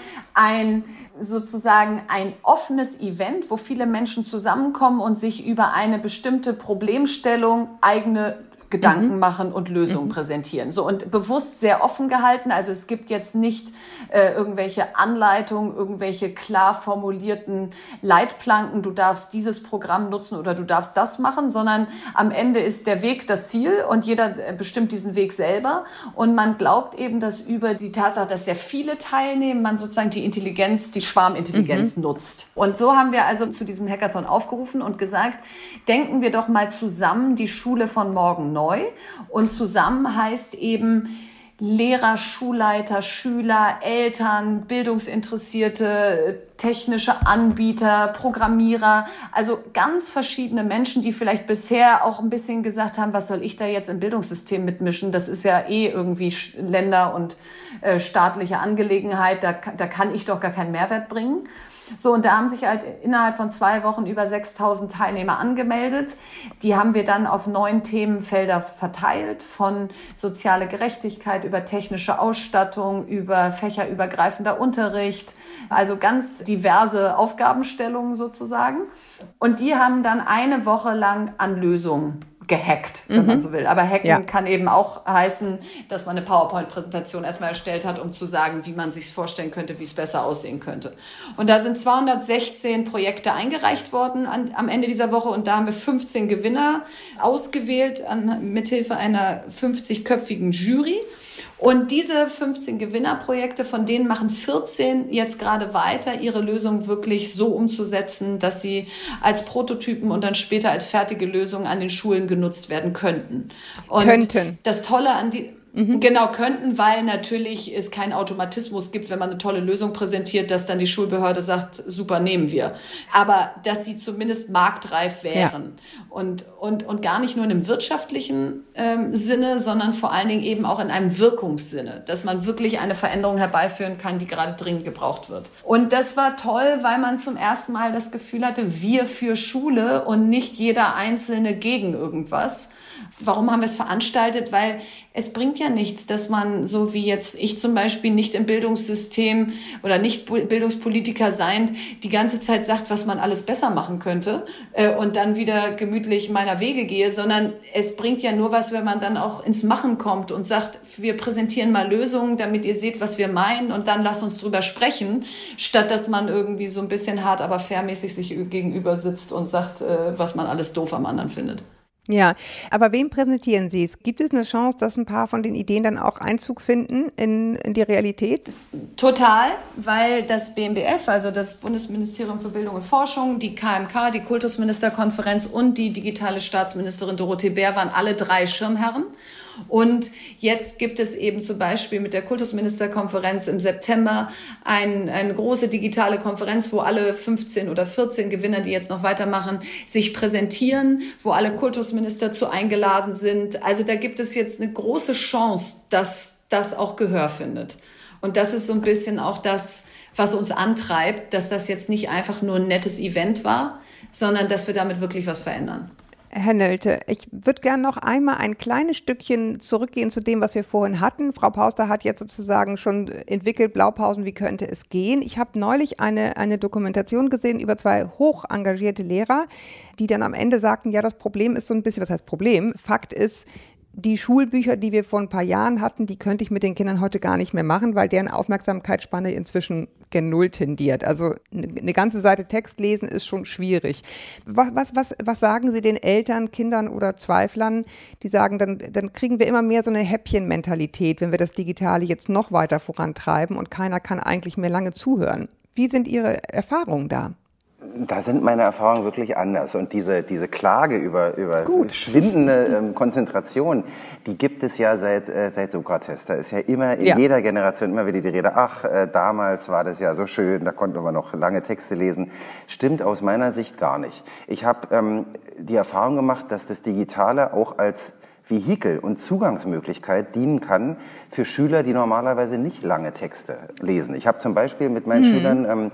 sozusagen ein offenes Event, wo viele Menschen zusammenkommen und sich über eine bestimmte Problemstellung eigene Gedanken machen und Lösungen präsentieren. So, und bewusst sehr offen gehalten. Also es gibt jetzt nicht irgendwelche Anleitungen, irgendwelche klar formulierten Leitplanken, du darfst dieses Programm nutzen oder du darfst das machen, sondern am Ende ist der Weg das Ziel und jeder bestimmt diesen Weg selber. Und man glaubt eben, dass über die Tatsache, dass sehr viele teilnehmen, man sozusagen die Intelligenz, die Schwarmintelligenz nutzt. Und so haben wir also zu diesem Hackathon aufgerufen und gesagt, denken wir doch mal zusammen die Schule von morgen neu. Und zusammen heißt eben Lehrer, Schulleiter, Schüler, Eltern, Bildungsinteressierte, technische Anbieter, Programmierer, also ganz verschiedene Menschen, die vielleicht bisher auch ein bisschen gesagt haben, was soll ich da jetzt im Bildungssystem mitmischen? Das ist ja irgendwie Länder- und staatliche Angelegenheit, da kann ich doch gar keinen Mehrwert bringen. So, und da haben sich halt innerhalb von 2 Wochen über 6.000 Teilnehmer angemeldet. Die haben wir dann auf 9 Themenfelder verteilt, von soziale Gerechtigkeit über technische Ausstattung, über fächerübergreifender Unterricht, also ganz diverse Aufgabenstellungen sozusagen. Und die haben dann eine Woche lang an Lösungen gehackt, wenn man so will. Aber hacken kann eben auch heißen, dass man eine PowerPoint-Präsentation erstmal erstellt hat, um zu sagen, wie man sich vorstellen könnte, wie es besser aussehen könnte. Und da sind 216 Projekte eingereicht worden am Ende dieser Woche und da haben wir 15 Gewinner ausgewählt mithilfe einer 50-köpfigen Jury. Und diese 15 Gewinnerprojekte, von denen machen 14 jetzt gerade weiter, ihre Lösung wirklich so umzusetzen, dass sie als Prototypen und dann später als fertige Lösungen an den Schulen genutzt werden könnten. Und das Tolle an Genau, könnten, weil natürlich es keinen Automatismus gibt, wenn man eine tolle Lösung präsentiert, dass dann die Schulbehörde sagt, super, nehmen wir. Aber dass sie zumindest marktreif wären. Und gar nicht nur in einem wirtschaftlichen Sinne, sondern vor allen Dingen eben auch in einem Wirkungssinne, dass man wirklich eine Veränderung herbeiführen kann, die gerade dringend gebraucht wird. Und das war toll, weil man zum ersten Mal das Gefühl hatte, wir für Schule und nicht jeder Einzelne gegen irgendwas. Warum haben wir es veranstaltet? Weil es bringt ja nichts, dass man, so wie jetzt ich zum Beispiel, nicht im Bildungssystem oder nicht Bildungspolitiker sein, die ganze Zeit sagt, was man alles besser machen könnte und dann wieder gemütlich meiner Wege gehe, sondern es bringt ja nur was, wenn man dann auch ins Machen kommt und sagt, wir präsentieren mal Lösungen, damit ihr seht, was wir meinen und dann lasst uns drüber sprechen, statt dass man irgendwie so ein bisschen hart, aber fairmäßig sich gegenüber sitzt und sagt, was man alles doof am anderen findet. Ja, aber wem präsentieren Sie es? Gibt es eine Chance, dass ein paar von den Ideen dann auch Einzug finden in die Realität? Total, weil das BMBF, also das Bundesministerium für Bildung und Forschung, die KMK, die Kultusministerkonferenz und die digitale Staatsministerin Dorothee Bär waren alle 3 Schirmherren. Und jetzt gibt es eben zum Beispiel mit der Kultusministerkonferenz im September eine große digitale Konferenz, wo alle 15 oder 14 Gewinner, die jetzt noch weitermachen, sich präsentieren, wo alle Kultusminister zu eingeladen sind. Also da gibt es jetzt eine große Chance, dass das auch Gehör findet. Und das ist so ein bisschen auch das, was uns antreibt, dass das jetzt nicht einfach nur ein nettes Event war, sondern dass wir damit wirklich was verändern. Herr Nölte, ich würde gerne noch einmal ein kleines Stückchen zurückgehen zu dem, was wir vorhin hatten. Frau Pauster hat jetzt sozusagen schon entwickelt, Blaupausen, wie könnte es gehen. Ich habe neulich eine Dokumentation gesehen über 2 hoch engagierte Lehrer, die dann am Ende sagten, ja, das Problem ist so ein bisschen, was heißt Problem? Fakt ist, die Schulbücher, die wir vor ein paar Jahren hatten, die könnte ich mit den Kindern heute gar nicht mehr machen, weil deren Aufmerksamkeitsspanne inzwischen gen Null tendiert. Also eine ganze Seite Text lesen ist schon schwierig. Was sagen Sie den Eltern, Kindern oder Zweiflern, die sagen, dann kriegen wir immer mehr so eine Häppchenmentalität, wenn wir das Digitale jetzt noch weiter vorantreiben und keiner kann eigentlich mehr lange zuhören. Wie sind Ihre Erfahrungen da? Da sind meine Erfahrungen wirklich anders. Und diese Klage über schwindende Konzentration, die gibt es ja seit Sokrates. Da ist ja immer in jeder Generation immer wieder die Rede, damals war das ja so schön, da konnten wir noch lange Texte lesen. Stimmt aus meiner Sicht gar nicht. Ich habe die Erfahrung gemacht, dass das Digitale auch als Vehikel und Zugangsmöglichkeit dienen kann für Schüler, die normalerweise nicht lange Texte lesen. Ich habe zum Beispiel mit meinen Schülern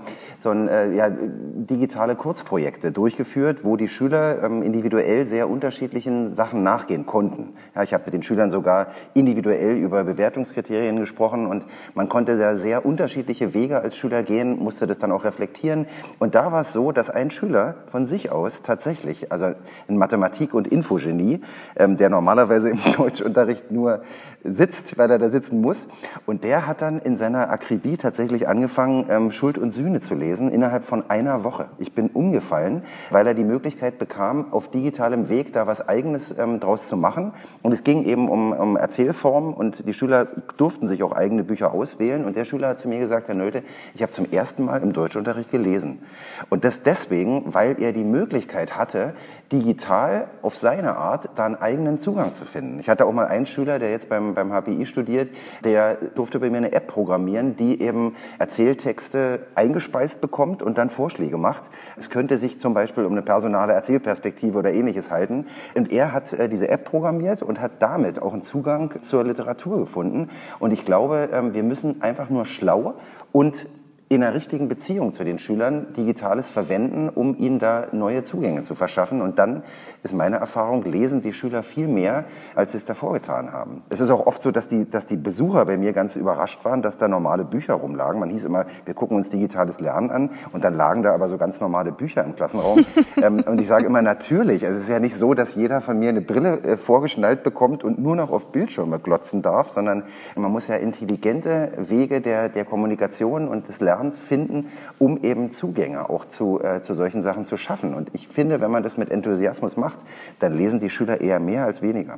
digitale Kurzprojekte durchgeführt, wo die Schüler individuell sehr unterschiedlichen Sachen nachgehen konnten. Ja, ich habe mit den Schülern sogar individuell über Bewertungskriterien gesprochen und man konnte da sehr unterschiedliche Wege als Schüler gehen, musste das dann auch reflektieren. Und da war es so, dass ein Schüler von sich aus tatsächlich, also ein Mathematik- und Infogenie, der normalerweise im Deutschunterricht nur sitzt, weil er da sitzen muss. Und der hat dann in seiner Akribie tatsächlich angefangen, Schuld und Sühne zu lesen innerhalb von einer Woche. Ich bin umgefallen, weil er die Möglichkeit bekam, auf digitalem Weg da was Eigenes draus zu machen. Und es ging eben um Erzählformen und die Schüler durften sich auch eigene Bücher auswählen. Und der Schüler hat zu mir gesagt, Herr Nölte, ich habe zum ersten Mal im Deutschunterricht gelesen. Und das deswegen, weil er die Möglichkeit hatte, digital auf seine Art da einen eigenen Zugang zu finden. Ich hatte auch mal einen Schüler, der jetzt beim HPI studiert, der durfte bei mir eine App programmieren, die eben Erzähltexte eingespeist bekommt und dann Vorschläge macht. Es könnte sich zum Beispiel um eine personale Erzählperspektive oder Ähnliches halten. Und er hat diese App programmiert und hat damit auch einen Zugang zur Literatur gefunden. Und ich glaube, wir müssen einfach nur schlau und in einer richtigen Beziehung zu den Schülern Digitales verwenden, um ihnen da neue Zugänge zu verschaffen. Und dann ist meine Erfahrung, lesen die Schüler viel mehr, als sie es davor getan haben. Es ist auch oft so, dass die Besucher bei mir ganz überrascht waren, dass da normale Bücher rumlagen. Man hieß immer, wir gucken uns digitales Lernen an und dann lagen da aber so ganz normale Bücher im Klassenraum. Und ich sage immer, natürlich, es ist ja nicht so, dass jeder von mir eine Brille vorgeschnallt bekommt und nur noch auf Bildschirme glotzen darf, sondern man muss ja intelligente Wege der Kommunikation und des Lernens finden, um eben Zugänge auch zu solchen Sachen zu schaffen. Und ich finde, wenn man das mit Enthusiasmus macht, dann lesen die Schüler eher mehr als weniger.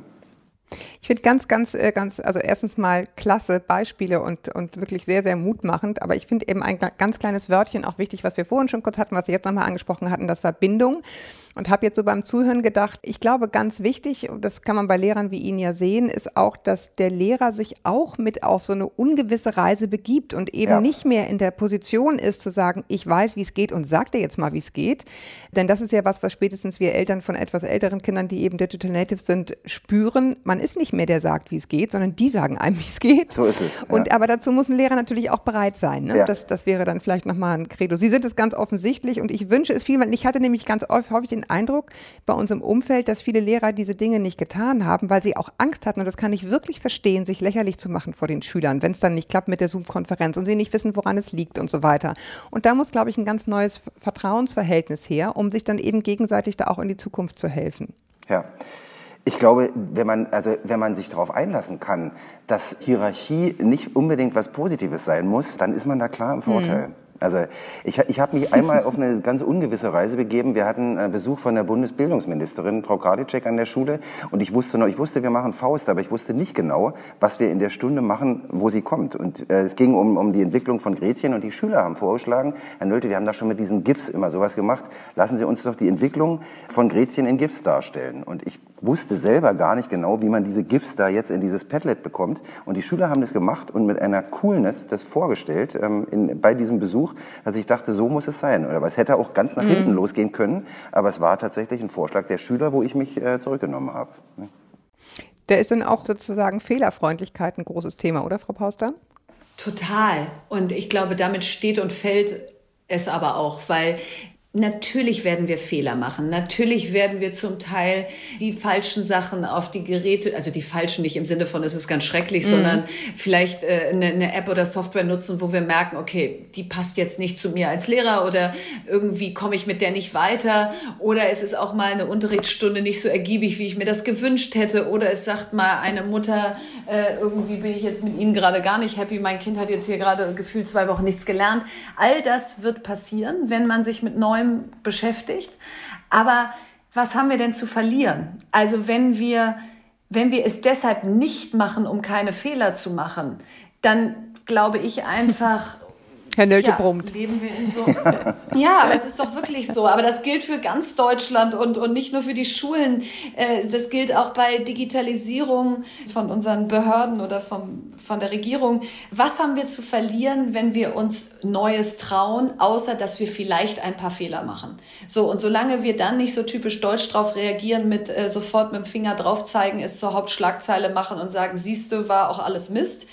Ich finde also erstens mal klasse Beispiele und wirklich sehr, sehr mutmachend. Aber ich finde eben ein ganz kleines Wörtchen auch wichtig, was wir vorhin schon kurz hatten, was Sie jetzt nochmal angesprochen hatten, das war Bindung. Und habe jetzt so beim Zuhören gedacht, ich glaube, ganz wichtig, und das kann man bei Lehrern wie Ihnen ja sehen, ist auch, dass der Lehrer sich auch mit auf so eine ungewisse Reise begibt und eben nicht mehr in der Position ist, zu sagen, ich weiß, wie es geht und sag dir jetzt mal, wie es geht. Denn das ist ja was spätestens wir Eltern von etwas älteren Kindern, die eben Digital Natives sind, spüren. Man ist nicht mehr der sagt, wie es geht, sondern die sagen einem, wie es geht. So ist es. Ja. Aber dazu muss ein Lehrer natürlich auch bereit sein. Ne? Ja. Das wäre dann vielleicht nochmal ein Credo. Sie sind es ganz offensichtlich und ich wünsche es viel, weil ich hatte nämlich ganz häufig den Eindruck bei uns im Umfeld, dass viele Lehrer diese Dinge nicht getan haben, weil sie auch Angst hatten, und das kann ich wirklich verstehen, sich lächerlich zu machen vor den Schülern, wenn es dann nicht klappt mit der Zoom-Konferenz und sie nicht wissen, woran es liegt und so weiter. Und da muss, glaube ich, ein ganz neues Vertrauensverhältnis her, um sich dann eben gegenseitig da auch in die Zukunft zu helfen. Ja. Ich glaube, wenn man sich darauf einlassen kann, dass Hierarchie nicht unbedingt was Positives sein muss, dann ist man da klar im Vorteil. Also ich habe mich einmal auf eine ganz ungewisse Reise begeben. Wir hatten Besuch von der Bundesbildungsministerin, Frau Karliczek, an der Schule. Und ich wusste, wir machen Faust, aber ich wusste nicht genau, was wir in der Stunde machen, wo sie kommt. Und es ging um die Entwicklung von Gretchen und die Schüler haben vorgeschlagen, Herr Nölte, wir haben da schon mit diesen GIFs immer sowas gemacht. Lassen Sie uns doch die Entwicklung von Gretchen in GIFs darstellen. Und ich wusste selber gar nicht genau, wie man diese GIFs da jetzt in dieses Padlet bekommt. Und die Schüler haben das gemacht und mit einer Coolness das vorgestellt bei diesem Besuch, dass ich dachte, so muss es sein. Oder es hätte auch ganz nach hinten losgehen können, aber es war tatsächlich ein Vorschlag der Schüler, wo ich mich zurückgenommen habe. Da ist dann auch sozusagen Fehlerfreundlichkeit ein großes Thema, oder Frau Pauster? Total. Und ich glaube, damit steht und fällt es aber auch, weil natürlich werden wir Fehler machen. Natürlich werden wir zum Teil die falschen Sachen auf die Geräte, also die falschen nicht im Sinne von, es ist ganz schrecklich, sondern vielleicht eine App oder Software nutzen, wo wir merken, okay, die passt jetzt nicht zu mir als Lehrer oder irgendwie komme ich mit der nicht weiter oder es ist auch mal eine Unterrichtsstunde nicht so ergiebig, wie ich mir das gewünscht hätte oder es sagt mal eine Mutter, irgendwie bin ich jetzt mit Ihnen gerade gar nicht happy, mein Kind hat jetzt hier gerade gefühlt 2 Wochen nichts gelernt. All das wird passieren, wenn man sich mit Neuem beschäftigt. Aber was haben wir denn zu verlieren? Also wenn wir es deshalb nicht machen, um keine Fehler zu machen, dann glaube ich einfach, Herr Nölte brummt. Leben wir in so. Ja, aber es ist doch wirklich so. Aber das gilt für ganz Deutschland und nicht nur für die Schulen. Das gilt auch bei Digitalisierung von unseren Behörden oder von der Regierung. Was haben wir zu verlieren, wenn wir uns Neues trauen, außer dass wir vielleicht ein paar Fehler machen? So, und solange wir dann nicht so typisch deutsch drauf reagieren, mit sofort mit dem Finger drauf zeigen, es zur Hauptschlagzeile machen und sagen, siehste, war auch alles Mist.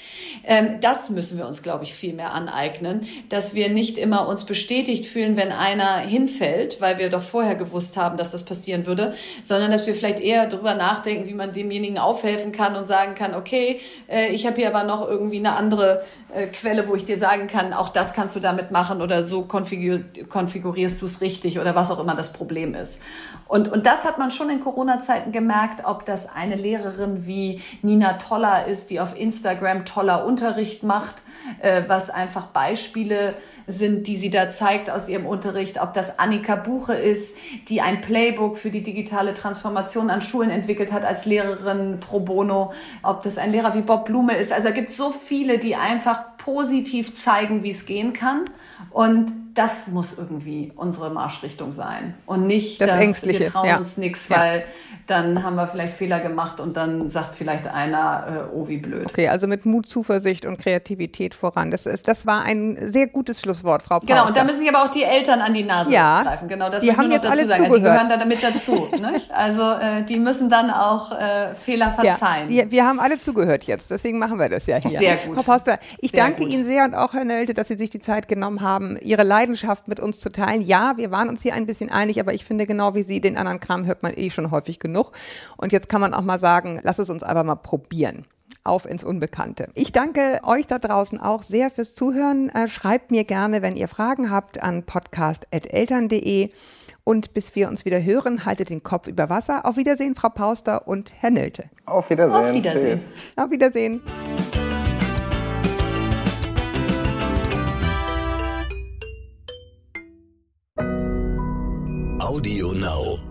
Das müssen wir uns, glaube ich, viel mehr aneignen, dass wir nicht immer uns bestätigt fühlen, wenn einer hinfällt, weil wir doch vorher gewusst haben, dass das passieren würde, sondern dass wir vielleicht eher darüber nachdenken, wie man demjenigen aufhelfen kann und sagen kann, okay, ich habe hier aber noch irgendwie eine andere Quelle, wo ich dir sagen kann, auch das kannst du damit machen oder so konfigurierst du es richtig oder was auch immer das Problem ist. Und das hat man schon in Corona-Zeiten gemerkt, ob das eine Lehrerin wie Nina Toller ist, die auf Instagram toller Unterricht macht, was einfach Beispiele sind, die sie da zeigt aus ihrem Unterricht, ob das Annika Buche ist, die ein Playbook für die digitale Transformation an Schulen entwickelt hat als Lehrerin pro bono, ob das ein Lehrer wie Bob Blume ist. Also es gibt so viele, die einfach positiv zeigen, wie es gehen kann. Und das muss irgendwie unsere Marschrichtung sein. Und nicht, das dass Ängstliche. Wir trauen uns nichts, weil dann haben wir vielleicht Fehler gemacht und dann sagt vielleicht einer, oh, wie blöd. Okay, also mit Mut, Zuversicht und Kreativität voran. Das war ein sehr gutes Schlusswort, Frau Pauster. Genau, und da müssen sich aber auch die Eltern an die Nase greifen. Genau, das die haben jetzt alle zugehört. Die gehören da damit dazu. Nicht? Also die müssen dann auch Fehler verzeihen. Ja, wir haben alle zugehört jetzt, deswegen machen wir das ja hier. Sehr gut. Frau Pauster, ich danke Ihnen sehr und auch Herr Nölte, dass Sie sich die Zeit genommen haben, Ihre Leidenschaft mit uns zu teilen. Ja, wir waren uns hier ein bisschen einig, aber ich finde, genau wie Sie, den anderen Kram hört man schon häufig genug. Und jetzt kann man auch mal sagen, lass es uns einfach mal probieren. Auf ins Unbekannte. Ich danke euch da draußen auch sehr fürs Zuhören. Schreibt mir gerne, wenn ihr Fragen habt, an podcast@eltern.de. Und bis wir uns wieder hören, haltet den Kopf über Wasser. Auf Wiedersehen, Frau Pauster und Herr Nölte. Auf Wiedersehen. Auf Wiedersehen. Tschüss. Auf Wiedersehen. Audio Now.